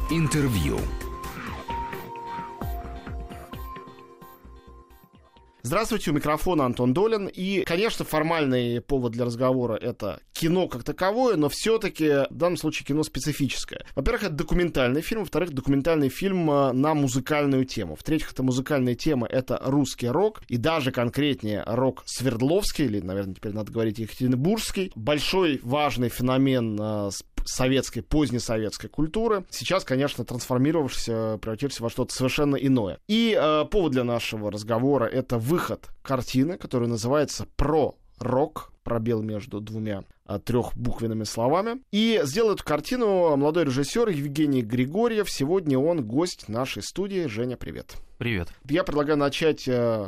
Интервью. Здравствуйте, у микрофона Антон Долин. И, конечно, формальный повод для разговора — это кино как таковое, но все-таки в данном случае кино специфическое. Во-первых, это документальный фильм, во-вторых, документальный фильм на музыкальную тему. В-третьих, это музыкальная тема — это русский рок, и даже конкретнее рок Свердловский, или, наверное, теперь надо говорить Екатеринбургский. Большой, важный феномен советской, позднесоветской культуры, сейчас, конечно, трансформировавшийся, превратившийся во что-то совершенно иное. И повод для нашего разговора — это выход картины, которая называется «Про-рок», пробел между двумя трехбуквенными словами. И сделал эту картину молодой режиссер Евгений Григорьев. Сегодня он гость нашей студии. Женя, привет. Привет. Я предлагаю начать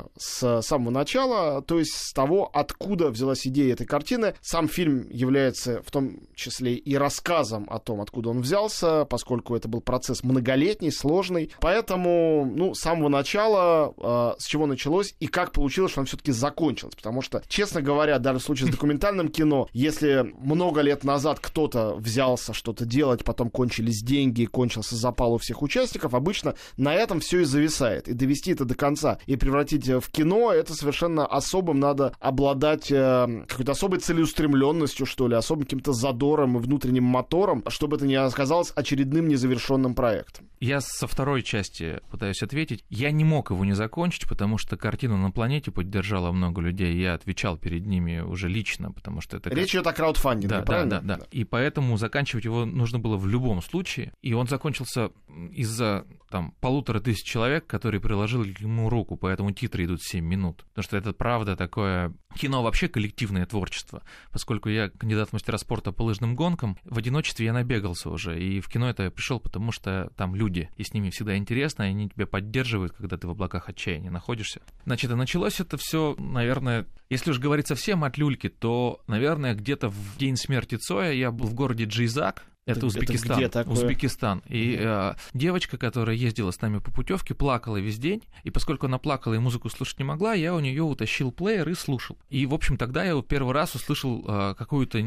с самого начала, то есть с того, откуда взялась идея этой картины. Сам фильм является в том числе и рассказом о том, откуда он взялся, поскольку это был процесс многолетний, сложный. Поэтому, с самого начала, с чего началось и как получилось, что оно все-таки закончилось. Потому что, честно говоря, даже в случае с документальным кино, если много лет назад кто-то взялся что-то делать, потом кончились деньги, кончился запал у всех участников, обычно на этом все и зависает. И довести это до конца и превратить в кино, это совершенно особым надо обладать какой-то особой целеустремленностью, что ли, особым каким-то задором и внутренним мотором, чтобы это не оказалось очередным незавершенным проектом. Я со второй части пытаюсь ответить. Я не мог его не закончить, потому что картину «На планете» поддержало много людей. Я отвечал перед ними уже лично, потому что это... Речь идет о краудфандинге, правильно? Да. И поэтому заканчивать его нужно было в любом случае. И он закончился из-за 1500 человек, которые приложили к нему руку, поэтому титры идут 7 минут. Потому что это, правда, такое... Кино вообще коллективное творчество. Поскольку я кандидат в мастера спорта по лыжным гонкам, в одиночестве я набегался уже. И в кино это я пришел, потому что там люди, и с ними всегда интересно, и они тебя поддерживают, когда ты в облаках отчаяния находишься. Значит, и началось это все, наверное, если уж говорить совсем от люльки, то, наверное, где-то в день смерти Цоя я был в городе Джейзак. Это Узбекистан. Это где Узбекистан. И девочка, которая ездила с нами по путевке, плакала весь день. И поскольку она плакала и музыку слушать не могла, я у нее утащил плеер и слушал. И, в общем, тогда я первый раз услышал какую-то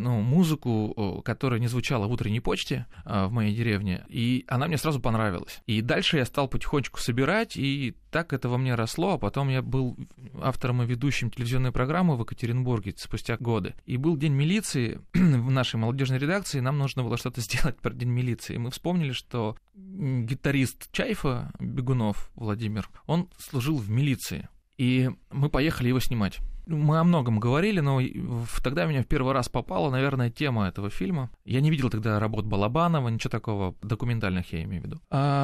музыку, которая не звучала в утренней почте в моей деревне. И она мне сразу понравилась. И дальше я стал потихонечку собирать, и так это во мне росло. А потом я был автором и ведущим телевизионной программы в Екатеринбурге спустя годы. И был День милиции в нашей молодежной редакции, нам нужно было что-то сделать про День милиции. И мы вспомнили, что гитарист Чайфа, Бегунов Владимир, он служил в милиции. И мы поехали его снимать. Мы о многом говорили, но тогда меня в первый раз попала, наверное, тема этого фильма. Я не видел тогда работ Балабанова, ничего такого, документальных я имею в виду.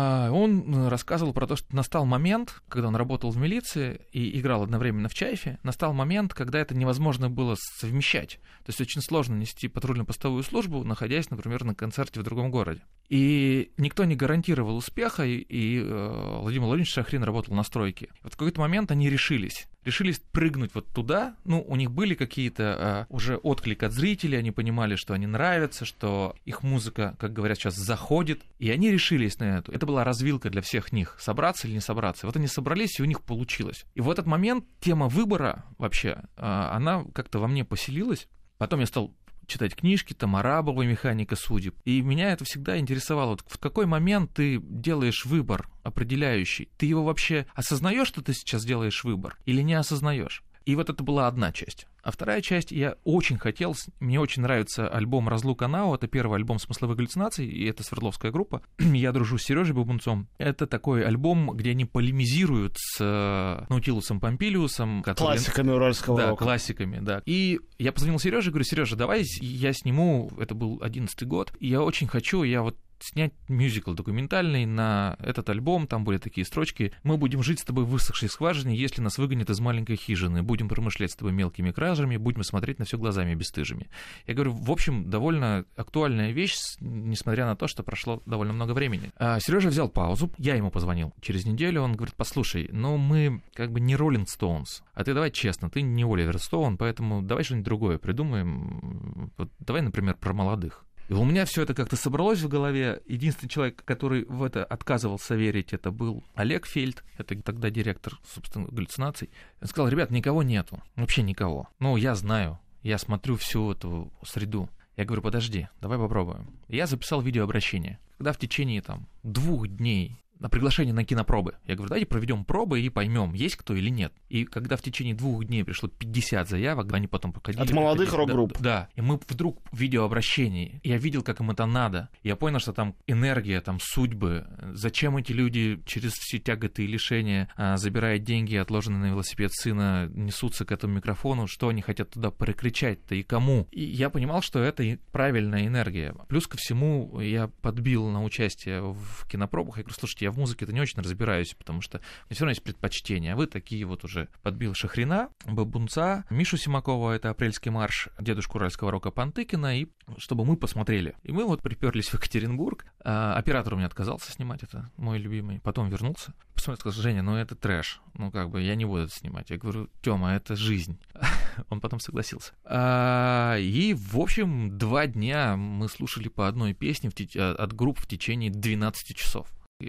Он рассказывал про то, что настал момент, когда он работал в милиции и играл одновременно в Чайфе, настал момент, когда это невозможно было совмещать. То есть очень сложно нести патрульно-постовую службу, находясь, например, на концерте в другом городе. И никто не гарантировал успеха, и Владимир Владимирович Шахрин работал на стройке. Вот в какой-то момент они решились прыгнуть вот туда. У них были какие-то уже отклик от зрителей, они понимали, что они нравятся, что их музыка, как говорят сейчас, заходит, и они решились на это. Это была развилка для всех них, собраться или не собраться. Вот они собрались, и у них получилось. И в этот момент тема выбора вообще, она как-то во мне поселилась. Потом я стал читать книжки, Арабова «Механика судеб». И меня это всегда интересовало. Вот в какой момент ты делаешь выбор определяющий? Ты его вообще осознаешь, что ты сейчас делаешь выбор, или не осознаешь? И вот это была одна часть. А вторая часть, я очень хотел, мне очень нравится альбом «Разлука Нау», это первый альбом «Смысловых галлюцинаций», и это Свердловская группа. Я дружу с Сережей Бабунцом. Это такой альбом, где они полемизируют с Наутилусом Помпилиусом. Классиками уральского рока. Да, классиками, да. И я позвонил Сереже, говорю: Сережа, давай я сниму, это был 11-й год, и я очень хочу, снять мюзикл документальный на этот альбом, там были такие строчки: мы будем жить с тобой в высохшей скважине, если нас выгонят из маленькой хижины, будем промышлять с тобой мелкими кражами, будем смотреть на все глазами бесстыжими. Я говорю, в общем, довольно актуальная вещь, несмотря на то, что прошло довольно много времени. Сережа взял паузу, я ему позвонил через неделю, он говорит: послушай, мы как бы не Rolling Stones, а ты давай честно, ты не Оливер Стоун, поэтому давай что-нибудь другое придумаем, вот давай, например, про молодых. И у меня все это как-то собралось в голове. Единственный человек, который в это отказывался верить, это был Олег Фельд, это тогда директор, собственно, галлюцинаций. Он сказал: ребят, никого нету, вообще никого. Я знаю, я смотрю всю эту среду. Я говорю, подожди, давай попробуем. Я записал видеообращение. Когда в течение 2 дней на приглашение на кинопробы. Я говорю, давайте проведем пробы и поймем, есть кто или нет. И когда в течение 2 дней пришло 50 заявок, они потом проходили. От молодых рок-групп. Да. И мы вдруг в видеообращении, я видел, как им это надо. Я понял, что там энергия, там судьбы. Зачем эти люди через все тяготы и лишения, забирая деньги, отложенные на велосипед сына, несутся к этому микрофону, что они хотят туда прокричать-то и кому. И я понимал, что это правильная энергия. Плюс ко всему я подбил на участие в кинопробах. Я говорю, слушайте, я в музыке-то не очень разбираюсь, потому что мне все равно есть предпочтения. А вы такие вот уже подбил Шахрина, Бабунца, Мишу Симакова, это «Апрельский марш», дедушку уральского рока Пантыкина, и чтобы мы посмотрели. И мы вот приперлись в Екатеринбург. Оператор у меня отказался снимать, это мой любимый. Потом вернулся. Посмотрел, сказал, Женя, это трэш. Я не буду это снимать. Я говорю, Тёма, это жизнь. Он потом согласился. И, в общем, 2 дня мы слушали по одной песне от групп в течение 12 часов.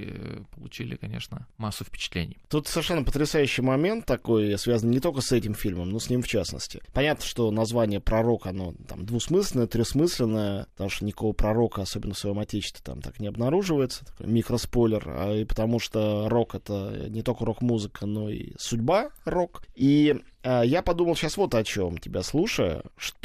И получили, конечно, массу впечатлений. Тут совершенно потрясающий момент такой, связанный не только с этим фильмом, но с ним в частности. Понятно, что название «Пророк», оно двусмысленное, трехсмысленное, потому что никакого пророка, особенно в своем отечестве, там так не обнаруживается. Такой микроспойлер. И потому что рок — это не только рок-музыка, но и судьба рок. И я подумал сейчас вот о чем, тебя слушая,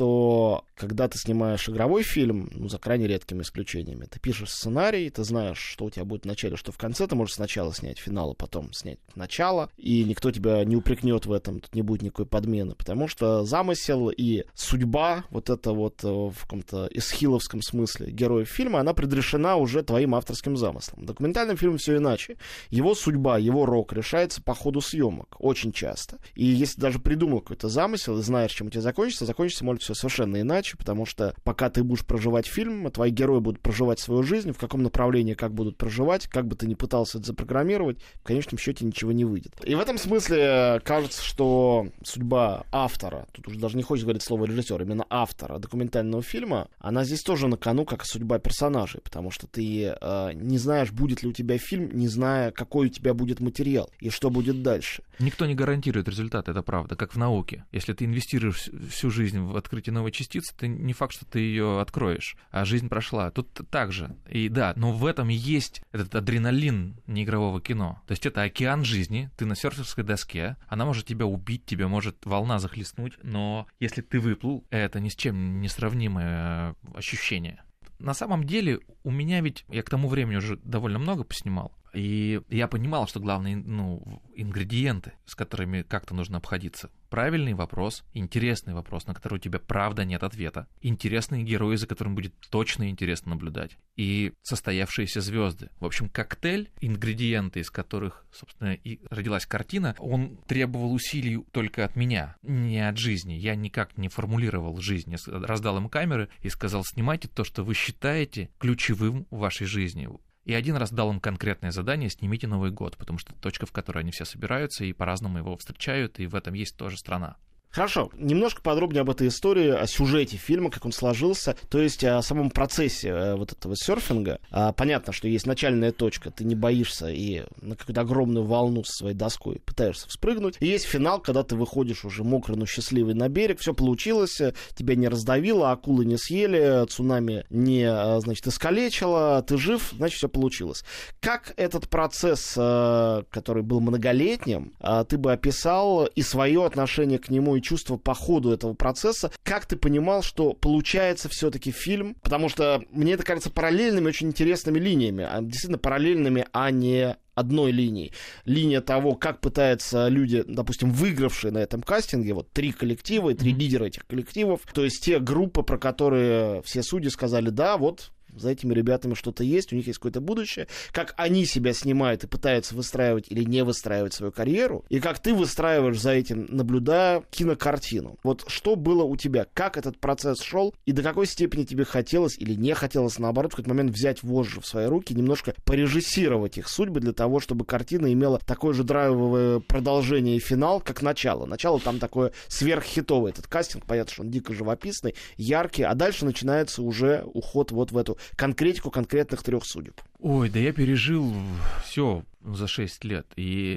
что когда ты снимаешь игровой фильм, за крайне редкими исключениями, ты пишешь сценарий, ты знаешь, что у тебя будет в начале, что в конце, ты можешь сначала снять финал, а потом снять начало, и никто тебя не упрекнет в этом, тут не будет никакой подмены, потому что замысел и судьба, вот это вот в каком-то эсхиловском смысле героев фильма, она предрешена уже твоим авторским замыслом. В документальном фильме все иначе. Его судьба, его рок решается по ходу съемок, очень часто. И если даже придумал какой-то замысел и знаешь, чем у тебя закончится может все совершенно иначе, потому что пока ты будешь проживать фильм, твои герои будут проживать свою жизнь, в каком направлении, как будут проживать, как бы ты ни пытался это запрограммировать, в конечном счете ничего не выйдет. И в этом смысле кажется, что судьба автора, тут уже даже не хочется говорить слово режиссер, именно автора документального фильма, она здесь тоже на кону, как и судьба персонажей, потому что ты не знаешь, будет ли у тебя фильм, не зная, какой у тебя будет материал и что будет дальше. Никто не гарантирует результат, это правда, как в науке. Если ты инвестируешь всю жизнь в открытие новой частицы, ты не факт, что ты ее откроешь, а жизнь прошла. Тут так же. И да, но в этом и есть этот адреналин неигрового кино. То есть это океан жизни, ты на серферской доске, она может тебя убить, тебя может волна захлестнуть, но если ты выплыл, это ни с чем не сравнимое ощущение. На самом деле, у меня ведь, я к тому времени уже довольно много поснимал, и я понимал, что главные ингредиенты, с которыми как-то нужно обходиться. Правильный вопрос, интересный вопрос, на который у тебя правда нет ответа. Интересные герои, за которым будет точно интересно наблюдать. И состоявшиеся звезды. В общем, коктейль, ингредиенты, из которых, собственно, и родилась картина, он требовал усилий только от меня, не от жизни. Я никак не формулировал жизнь. Я раздал им камеры и сказал, снимайте то, что вы считаете ключевым в вашей жизни. И один раз дал им конкретное задание: снимите Новый год, потому что это точка, в которой они все собираются и по-разному его встречают, и в этом есть тоже страна. Хорошо, немножко подробнее об этой истории, о сюжете фильма, как он сложился, то есть о самом процессе вот этого серфинга. Понятно, что есть начальная точка, ты не боишься и на какую-то огромную волну со своей доской пытаешься вспрыгнуть. И есть финал, когда ты выходишь уже мокрый, но счастливый на берег, все получилось, тебя не раздавило, акулы не съели, цунами не, значит, искалечило, ты жив, значит, все получилось. Как этот процесс, который был многолетним, ты бы описал и свое отношение к нему, и чувство по ходу этого процесса, как ты понимал, что получается все-таки фильм, потому что мне это кажется параллельными, очень интересными линиями, действительно параллельными, а не одной линии. Линия того, как пытаются люди, допустим, выигравшие на этом кастинге, вот 3 коллектива и 3 лидера этих коллективов, то есть те группы, про которые все судьи сказали, да, вот за этими ребятами что-то есть, у них есть какое-то будущее, как они себя снимают и пытаются выстраивать или не выстраивать свою карьеру, и как ты выстраиваешь за этим, наблюдая кинокартину. Вот что было у тебя, как этот процесс шел, и до какой степени тебе хотелось или не хотелось, наоборот, в какой-то момент взять вожжи в свои руки, немножко порежиссировать их судьбы для того, чтобы картина имела такое же драйвовое продолжение и финал, как начало. Начало там такое сверххитовое, этот кастинг, понятно, что он дико живописный, яркий, а дальше начинается уже уход вот в эту конкретику конкретных 3 судеб. Ой, да я пережил все за 6 лет. И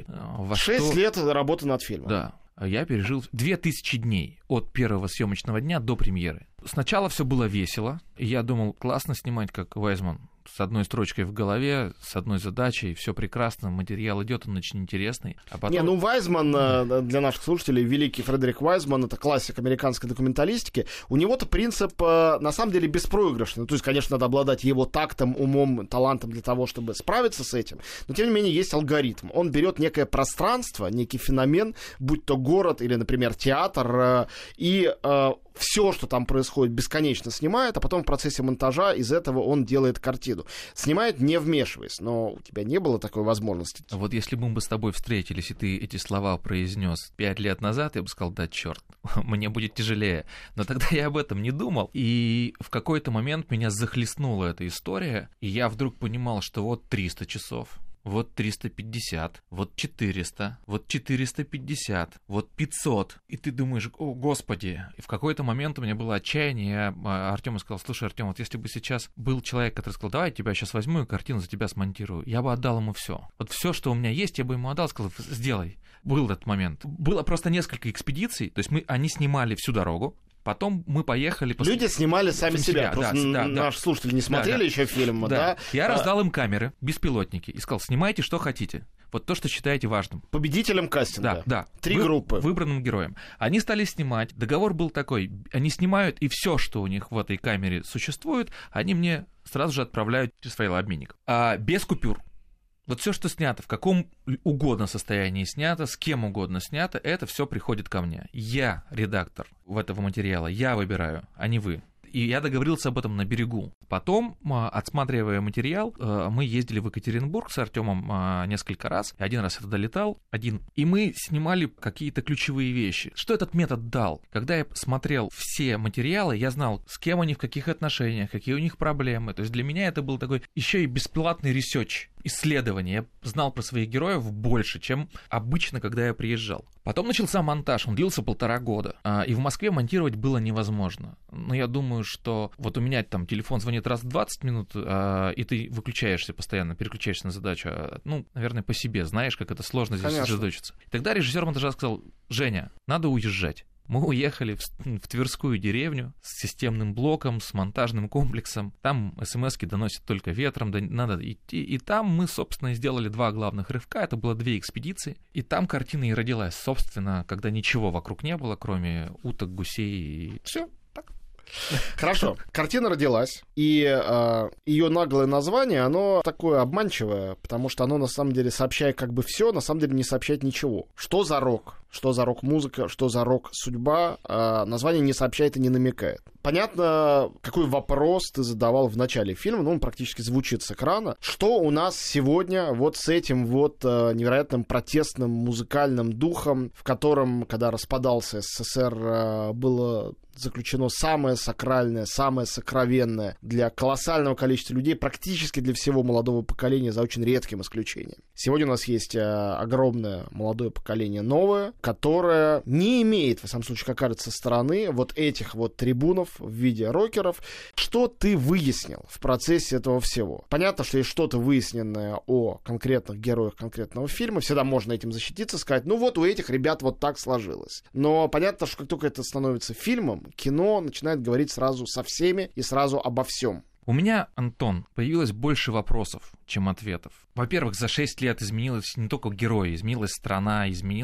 6 лет работы над фильмом. Да. Я пережил 2000 дней от первого съемочного дня до премьеры. Сначала все было весело, и я думал, классно снимать, как Вайсман. С одной строчкой в голове, с одной задачей, все прекрасно, материал идет, он очень интересный. А потом... Вайсман, для наших слушателей, великий Фредерик Вайсман, это классик американской документалистики, у него-то принцип, на самом деле, беспроигрышный. То есть, конечно, надо обладать его тактом, умом, талантом для того, чтобы справиться с этим, но, тем не менее, есть алгоритм. Он берет некое пространство, некий феномен, будь то город или, например, театр, и все, что там происходит, бесконечно снимает, а потом в процессе монтажа из этого он делает картину. Снимает, не вмешиваясь, но у тебя не было такой возможности. Вот если бы мы с тобой встретились, и ты эти слова произнес 5 лет назад, я бы сказал, да, черт, мне будет тяжелее. Но тогда я об этом не думал, и в какой-то момент меня захлестнула эта история, и я вдруг понимал, что вот 300 часов, вот 350, вот 400, вот 450, вот 500. И ты думаешь, о, господи. И в какой-то момент у меня было отчаяние. Я Артему сказал, слушай, Артем, вот если бы сейчас был человек, который сказал, давай я тебя сейчас возьму и картину за тебя смонтирую, я бы отдал ему все. Вот все, что у меня есть, я бы ему отдал, сказал, сделай. Был этот момент. Было просто несколько экспедиций, то есть они снимали всю дорогу. Потом мы поехали... Люди снимали сами себя. Просто наши слушатели не смотрели еще фильм. Да. Я раздал им камеры, беспилотники, и сказал, снимайте, что хотите. Вот то, что считаете важным. Победителем кастинга. Да. 3 группы. Выбранным героем. Они стали снимать. Договор был такой. Они снимают, и все, что у них в этой камере существует, они мне сразу же отправляют через файлообменник. Без купюр. Вот все, что снято, в каком угодно состоянии снято, с кем угодно снято, это все приходит ко мне. Я редактор этого материала, я выбираю, а не вы. И я договорился об этом на берегу. Потом, отсматривая материал, мы ездили в Екатеринбург с Артемом несколько раз. Один раз я туда летал, и мы снимали какие-то ключевые вещи. Что этот метод дал? Когда я смотрел все материалы, я знал, с кем они, в каких отношениях, какие у них проблемы. То есть для меня это был такой еще и бесплатный ресерч, исследование. Я знал про своих героев больше, чем обычно, когда я приезжал. Потом начался монтаж, он длился 1,5 года, и в Москве монтировать было невозможно. Но я думаю, что вот у меня там телефон звонит раз в 20 минут, и ты выключаешься постоянно, переключаешься на задачу. Наверное, по себе знаешь, как это сложно здесь сосредоточиться. Тогда режиссер монтажа сказал, Женя, надо уезжать. Мы уехали в Тверскую деревню с системным блоком, с монтажным комплексом. Там смс-ки доносят только ветром, надо идти. И там мы, собственно, сделали 2 главных рывка. Это было 2 экспедиции. И там картина и родилась, собственно, когда ничего вокруг не было, кроме уток, гусей и все. Хорошо, картина родилась, и ее наглое название, оно такое обманчивое, потому что оно на самом деле сообщает как бы все, на самом деле не сообщает ничего. Что за рок? Что за рок-музыка? Что за рок-судьба? Название не сообщает и не намекает. Понятно, какой вопрос ты задавал в начале фильма, он практически звучит с экрана. Что у нас сегодня вот с этим вот невероятным протестным музыкальным духом, в котором, когда распадался СССР, было заключено самое сакральное, самое сокровенное для колоссального количества людей, практически для всего молодого поколения, за очень редким исключением. Сегодня у нас есть огромное молодое поколение новое, которое не имеет, во всяком случае, как кажется, со стороны вот этих вот трибунов в виде рокеров. Что ты выяснил в процессе этого всего? Понятно, что есть что-то выясненное о конкретных героях конкретного фильма, всегда можно этим защититься, сказать, вот у этих ребят вот так сложилось. Но понятно, что как только это становится фильмом, кино начинает говорить сразу со всеми и сразу обо всем. У меня, Антон, появилось больше вопросов, чем ответов. Во-первых, за 6 лет изменилось не только герои, изменилась страна,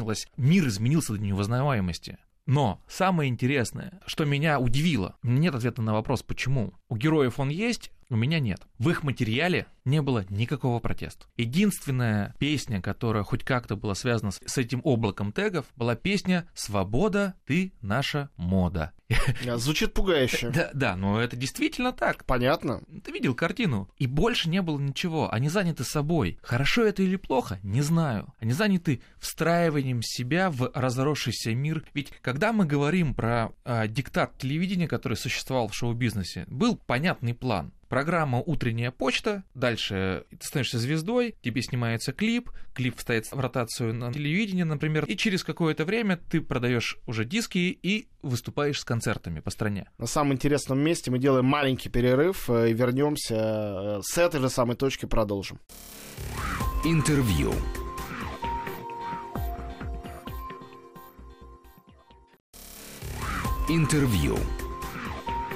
мир изменился до неузнаваемости. Но самое интересное, что меня удивило, нет ответа на вопрос, почему. У героев он есть, у меня нет. В их материале не было никакого протеста. Единственная песня, которая хоть как-то была связана с этим облаком тегов, была песня «Свобода, ты наша мода». Звучит пугающе. Да, но это действительно так. Понятно. Ты видел картину. И больше не было ничего. Они заняты собой. Хорошо это или плохо, не знаю. Они заняты встраиванием себя в разросшийся мир. Ведь когда мы говорим про диктат телевидения, который существовал в шоу-бизнесе, был понятный план. Программа «Утренняя почта», дальше ты становишься звездой, тебе снимается клип вставит в ротацию на телевидении, например, и через какое-то время ты продаешь уже диски и выступаешь с концертами по стране. На самом интересном месте мы делаем маленький перерыв и вернемся с этой же самой точки, продолжим. Интервью. Интервью.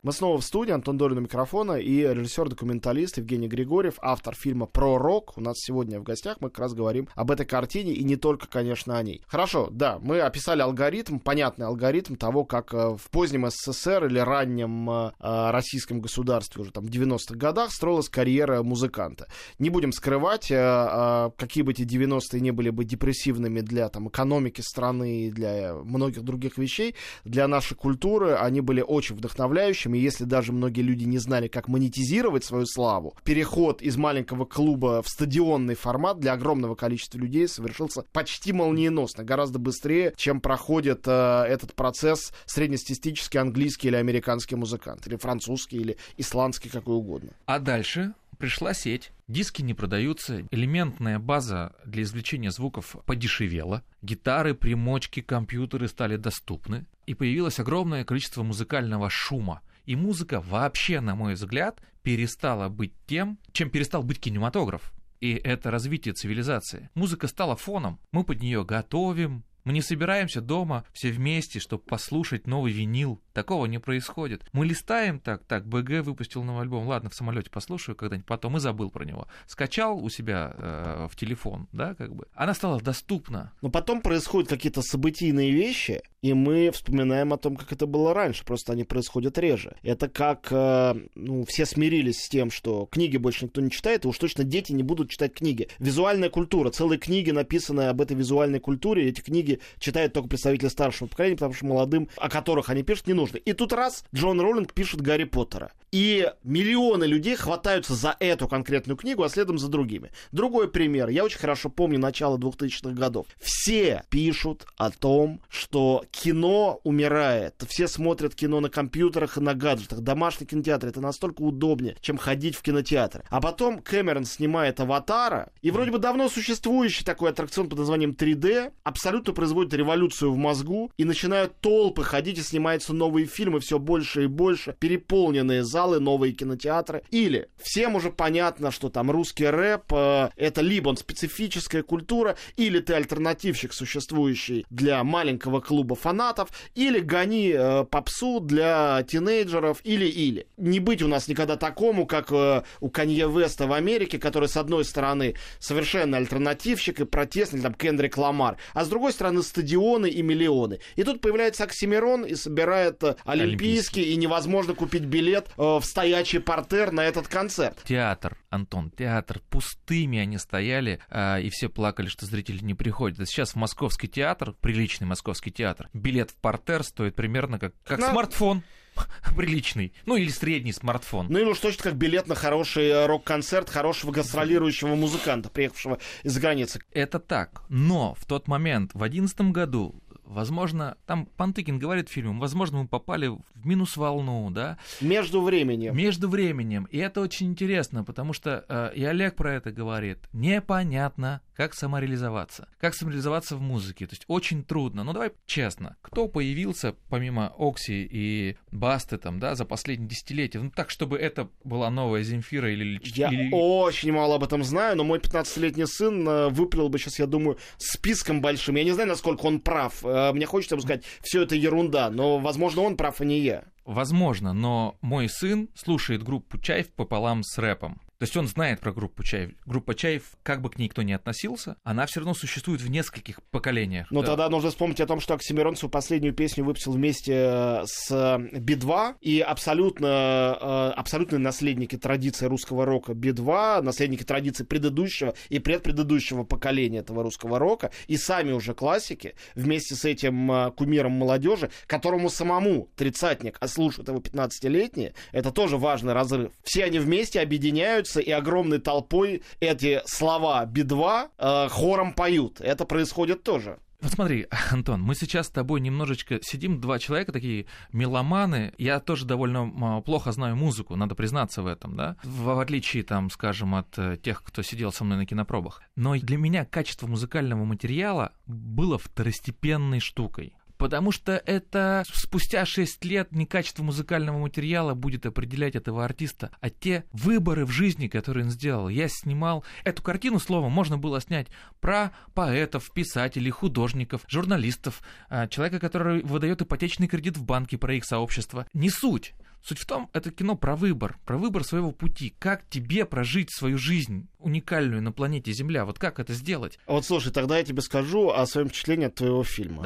Мы снова в студии, Антон Долин у микрофона и режиссер-документалист Евгений Григорьев, автор фильма про рок. У нас сегодня в гостях, мы как раз говорим об этой картине и не только, конечно, о ней. Хорошо, да, мы описали алгоритм, понятный алгоритм того, как в позднем СССР или раннем российском государстве уже там в 90-х годах строилась карьера музыканта. Не будем скрывать, какие бы эти 90-е не были бы депрессивными для там, экономики страны и для многих других вещей, для нашей культуры они были очень вдохновляющими. И если даже многие люди не знали, как монетизировать свою славу, переход из маленького клуба в стадионный формат для огромного количества людей совершился почти молниеносно, гораздо быстрее, чем проходит этот процесс среднестатистический английский или американский музыкант, или французский, или исландский, какой угодно. А дальше пришла сеть, диски не продаются, элементная база для извлечения звуков подешевела, гитары, примочки, компьютеры стали доступны, и появилось огромное количество музыкального шума. И музыка вообще, на мой взгляд, перестала быть тем, чем перестал быть кинематограф. И это развитие цивилизации. Музыка стала фоном, мы под нее готовим. Мы не собираемся дома все вместе, чтобы послушать новый винил. Такого не происходит. Мы листаем так, БГ выпустил новый альбом. Ладно, в самолете послушаю когда-нибудь, потом и забыл про него. Скачал у себя в телефон, да, как бы. Она стала доступна. Но потом происходят какие-то событийные вещи, и мы вспоминаем о том, как это было раньше. Просто они происходят реже. Это как, все смирились с тем, что книги больше никто не читает, и уж точно дети не будут читать книги. Визуальная культура. Целые книги, написанные об этой визуальной культуре, эти книги читают только представители старшего поколения, потому что молодым, о которых они пишут, не нужно. И тут раз Джон Роулинг пишет Гарри Поттера. И миллионы людей хватаются за эту конкретную книгу, а следом за другими. Другой пример. Я очень хорошо помню начало 2000-х годов. Все пишут о том, что кино умирает. Все смотрят кино на компьютерах и на гаджетах. Домашний кинотеатр — это настолько удобнее, чем ходить в кинотеатр. А потом Кэмерон снимает «Аватара», и вроде бы давно существующий такой аттракцион под названием 3D абсолютно производит революцию в мозгу, и начинают толпы ходить, и снимаются новые фильмы все больше и больше, переполненные залы, новые кинотеатры. Или всем уже понятно, что там русский рэп это либо он специфическая культура, или ты альтернативщик, существующий для маленького клуба фанатов, или гони попсу для тинейджеров, или. Не быть у нас никогда такому, как у Канье Веста в Америке, который, с одной стороны, совершенно альтернативщик и протестный, там, Кендрик Ламар, а с другой стороны, стадионы и миллионы. И тут появляется Оксимирон и собирает олимпийский, и невозможно купить билет в стоячий партер на этот концерт. Театр, Антон, театр. Пустыми они стояли, и все плакали, что зрители не приходят. А сейчас в московский театр, приличный московский театр, билет в партер стоит примерно как смартфон. Приличный, или средний смартфон. Или уж точно как билет на хороший рок-концерт хорошего гастролирующего музыканта, приехавшего из-за границы. Это так, но в тот момент, в 2011 году, возможно, там Пантыкин говорит в фильме, возможно, мы попали в минус-волну, да? Между временем. И это очень интересно, потому что, и Олег про это говорит, непонятно, как самореализоваться. Как самореализоваться в музыке. То есть очень трудно. Но давай честно, кто появился, помимо Окси и Басты, там, да, за последние десятилетия, так, чтобы это была новая Земфира или... Я очень мало об этом знаю, но мой 15-летний сын выплел бы сейчас, я думаю, списком большим. Я не знаю, насколько он прав. Мне хочется ему сказать, все это ерунда, но, возможно, он прав, а не я. Возможно, но мой сын слушает группу «Чайф» пополам с рэпом. То есть он знает про группу «Чайф». Группа «Чайф», как бы к ней кто ни относился, она все равно существует в нескольких поколениях. Но тогда нужно вспомнить о том, что Оксимирон свою последнюю песню выпустил вместе с Би-2, и абсолютные наследники традиции русского рока Би-2, наследники традиции предыдущего и предпредыдущего поколения этого русского рока, и сами уже классики, вместе с этим кумиром молодежи, которому самому тридцатник, а слушают его 15-летние, это тоже важный разрыв. Все они вместе объединяются и огромной толпой эти слова Би-2 хором поют. Это происходит тоже. Вот смотри, Антон, мы сейчас с тобой немножечко сидим, два человека такие меломаны. Я тоже довольно плохо знаю музыку, надо признаться в этом, да? В отличие, там, скажем, от тех, кто сидел со мной на кинопробах. Но для меня качество музыкального материала было второстепенной штукой. Потому что это спустя 6 лет не качество музыкального материала будет определять этого артиста, а те выборы в жизни, которые он сделал. Я снимал эту картину, словом, можно было снять про поэтов, писателей, художников, журналистов, человека, который выдает ипотечный кредит в банке, про их сообщество. Не суть. Суть в том, это кино про выбор своего пути. Как тебе прожить свою жизнь уникальную на планете Земля? Вот как это сделать? Вот слушай, тогда я тебе скажу о своем впечатлении от твоего фильма.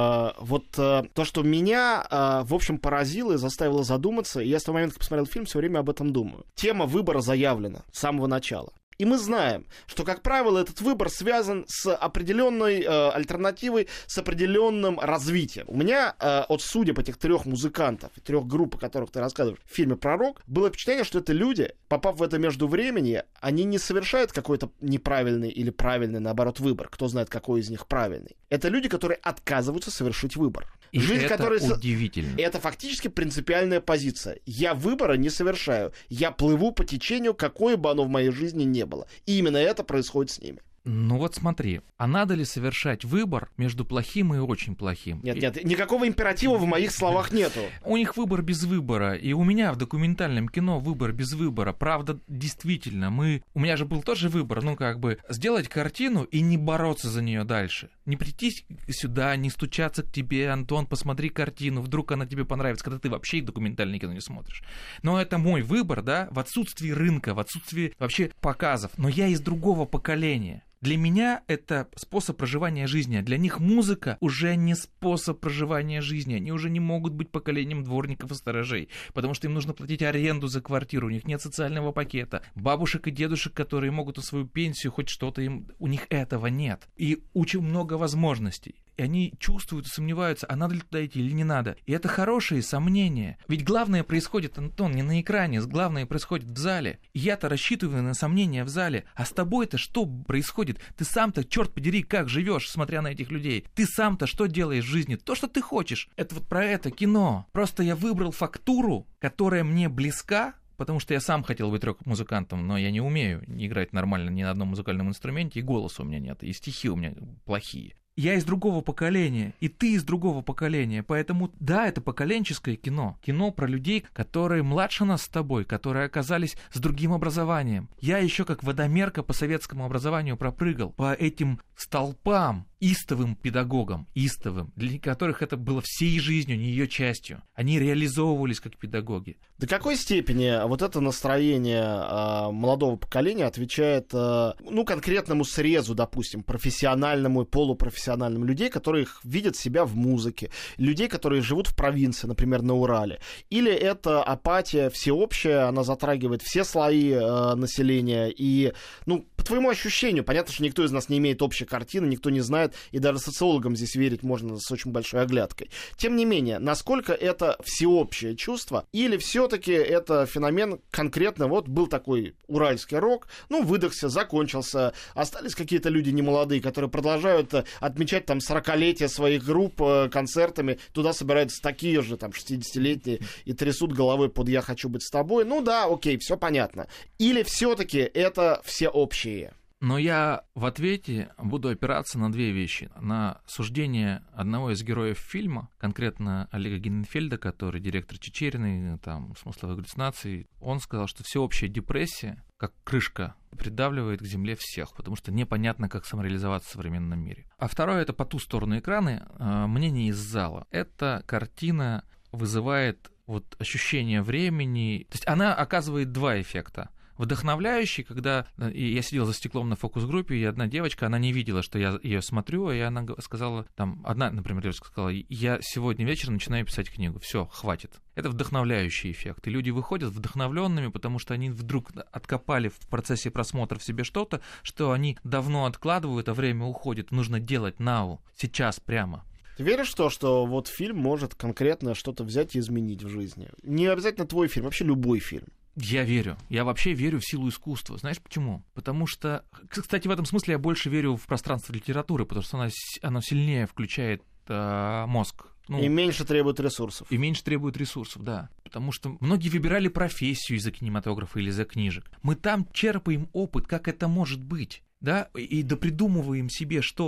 То, что меня, в общем, поразило и заставило задуматься, и я с того момента, как посмотрел фильм, все время об этом думаю. Тема выбора заявлена с самого начала. И мы знаем, что, как правило, этот выбор связан с определенной альтернативой, с определенным развитием. У меня, судеб этих 3 музыкантов, 3 групп, о которых ты рассказываешь в фильме «Пророк», было впечатление, что это люди, попав в это междувремени, они не совершают какой-то неправильный или правильный, наоборот, выбор. Кто знает, какой из них правильный. Это люди, которые отказываются совершить выбор. И жизнь, это удивительно. Это фактически принципиальная позиция. Я выбора не совершаю. Я плыву по течению, какое бы оно в моей жизни ни было. И именно это происходит с ними. Ну вот смотри, а надо ли совершать выбор между плохим и очень плохим? Нет, никакого императива в моих словах нету. У них выбор без выбора, и у меня в документальном кино выбор без выбора. Правда, действительно, у меня же был тоже выбор, сделать картину и не бороться за нее дальше. Не прийти сюда, не стучаться к тебе, Антон, посмотри картину, вдруг она тебе понравится, когда ты вообще документальное кино не смотришь. Но это мой выбор, да, в отсутствии рынка, в отсутствии вообще показов. Но я из другого поколения. Для меня это способ проживания жизни, а для них музыка уже не способ проживания жизни. Они уже не могут быть поколением дворников и сторожей, потому что им нужно платить аренду за квартиру, у них нет социального пакета. Бабушек и дедушек, которые могут свою пенсию, хоть что-то у них этого нет. И очень много возможностей. И они чувствуют и сомневаются, а надо ли туда идти или не надо. И это хорошие сомнения. Ведь главное происходит, Антон, не на экране, главное происходит в зале. И я-то рассчитываю на сомнения в зале. А с тобой-то что происходит? Ты сам-то, черт подери, как живешь, смотря на этих людей? Ты сам-то что делаешь в жизни? То, что ты хочешь. Это вот про это кино. Просто я выбрал фактуру, которая мне близка, потому что я сам хотел быть рок-музыкантом, но я не умею играть нормально ни на одном музыкальном инструменте, и голоса у меня нет, и стихи у меня плохие. Я из другого поколения, и ты из другого поколения, поэтому, да, это поколенческое кино. Кино про людей, которые младше нас с тобой, которые оказались с другим образованием. Я еще как водомерка по советскому образованию пропрыгал по этим столпам, истовым педагогам, для которых это было всей жизнью, не ее частью. Они реализовывались как педагоги. До какой степени вот это настроение молодого поколения отвечает, конкретному срезу, допустим, профессиональному и полупрофессиональному людей, которые видят себя в музыке, людей, которые живут в провинции, например, на Урале? Или это апатия всеобщая, она затрагивает все слои населения? И, по твоему ощущению, понятно, что никто из нас не имеет общей картины, никто не знает, и даже социологам здесь верить можно с очень большой оглядкой. Тем не менее, насколько это всеобщее чувство, или все-таки это феномен конкретно, был такой уральский рок, выдохся, закончился, остались какие-то люди немолодые, которые продолжают отмечать там 40-летие своих групп концертами, туда собираются такие же там 60-летние и трясут головой под «Я хочу быть с тобой». Окей, все понятно. Или все-таки это всеобщее? Но я в ответе буду опираться на 2 вещи. На суждение одного из героев фильма, конкретно Олега Гененфельда, который директор Чичериной, смысловой галлюцинации. Он сказал, что всеобщая депрессия, как крышка, придавливает к земле всех, потому что непонятно, как самореализоваться в современном мире. А второе — это по ту сторону экрана, мнение из зала. Эта картина вызывает ощущение времени. То есть она оказывает 2 эффекта. Вдохновляющий, когда я сидел за стеклом на фокус-группе, и одна девочка, она не видела, что я ее смотрю, и она сказала, одна, например, девочка сказала: я сегодня вечером начинаю писать книгу, все, хватит. Это вдохновляющий эффект, и люди выходят вдохновленными, потому что они вдруг откопали в процессе просмотра в себе что-то, что они давно откладывают, а время уходит, нужно делать now, сейчас прямо. Ты веришь в то, что фильм может конкретно что-то взять и изменить в жизни? Не обязательно твой фильм, вообще любой фильм. Я верю. Я вообще верю в силу искусства. Знаешь почему? Потому что, кстати, в этом смысле я больше верю в пространство литературы, потому что оно сильнее включает мозг. И меньше требует ресурсов. И меньше требует ресурсов, да. Потому что многие выбирали профессию из-за кинематографа или из-за книжек. Мы там черпаем опыт, как это может быть, да, и допридумываем себе что-то.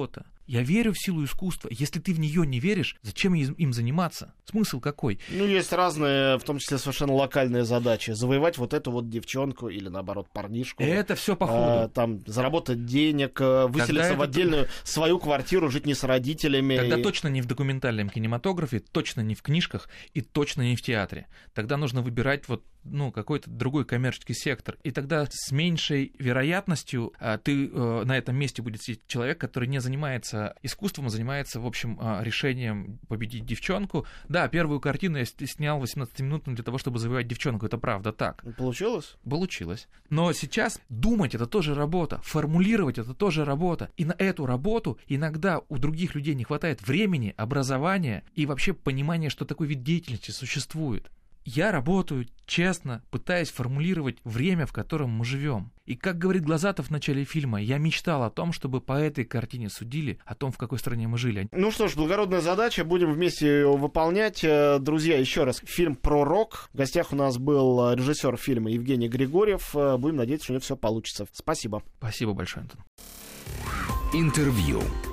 Я верю в силу искусства. Если ты в нее не веришь, зачем им заниматься? Смысл какой? Ну, есть разные, в том числе совершенно локальные задачи. Завоевать вот эту вот девчонку или, наоборот, парнишку. Это все по ходу. Там, заработать денег, выселиться в отдельную свою квартиру, жить не с родителями. Тогда точно не в документальном кинематографе, точно не в книжках и точно не в театре. Тогда нужно выбирать вот какой-то другой коммерческий сектор. И тогда с меньшей вероятностью ты на этом месте будет сидеть человек, который не занимается искусством, а занимается, в общем, решением победить девчонку. Да, первую картину я снял 18-минутную для того, чтобы завоевать девчонку. Это правда так. Получилось? Получилось. Но сейчас думать — это тоже работа, формулировать — это тоже работа. И на эту работу иногда у других людей не хватает времени, образования и вообще понимания, что такой вид деятельности существует. Я работаю честно, пытаясь формулировать время, в котором мы живем. И, как говорит Глазатов в начале фильма, я мечтал о том, чтобы по этой картине судили о том, в какой стране мы жили. Ну что ж, благородная задача, будем вместе ее выполнять. Друзья, еще раз, фильм про рок. В гостях у нас был режиссер фильма Евгений Григорьев. Будем надеяться, что у него все получится. Спасибо. Спасибо большое, Антон. Интервью.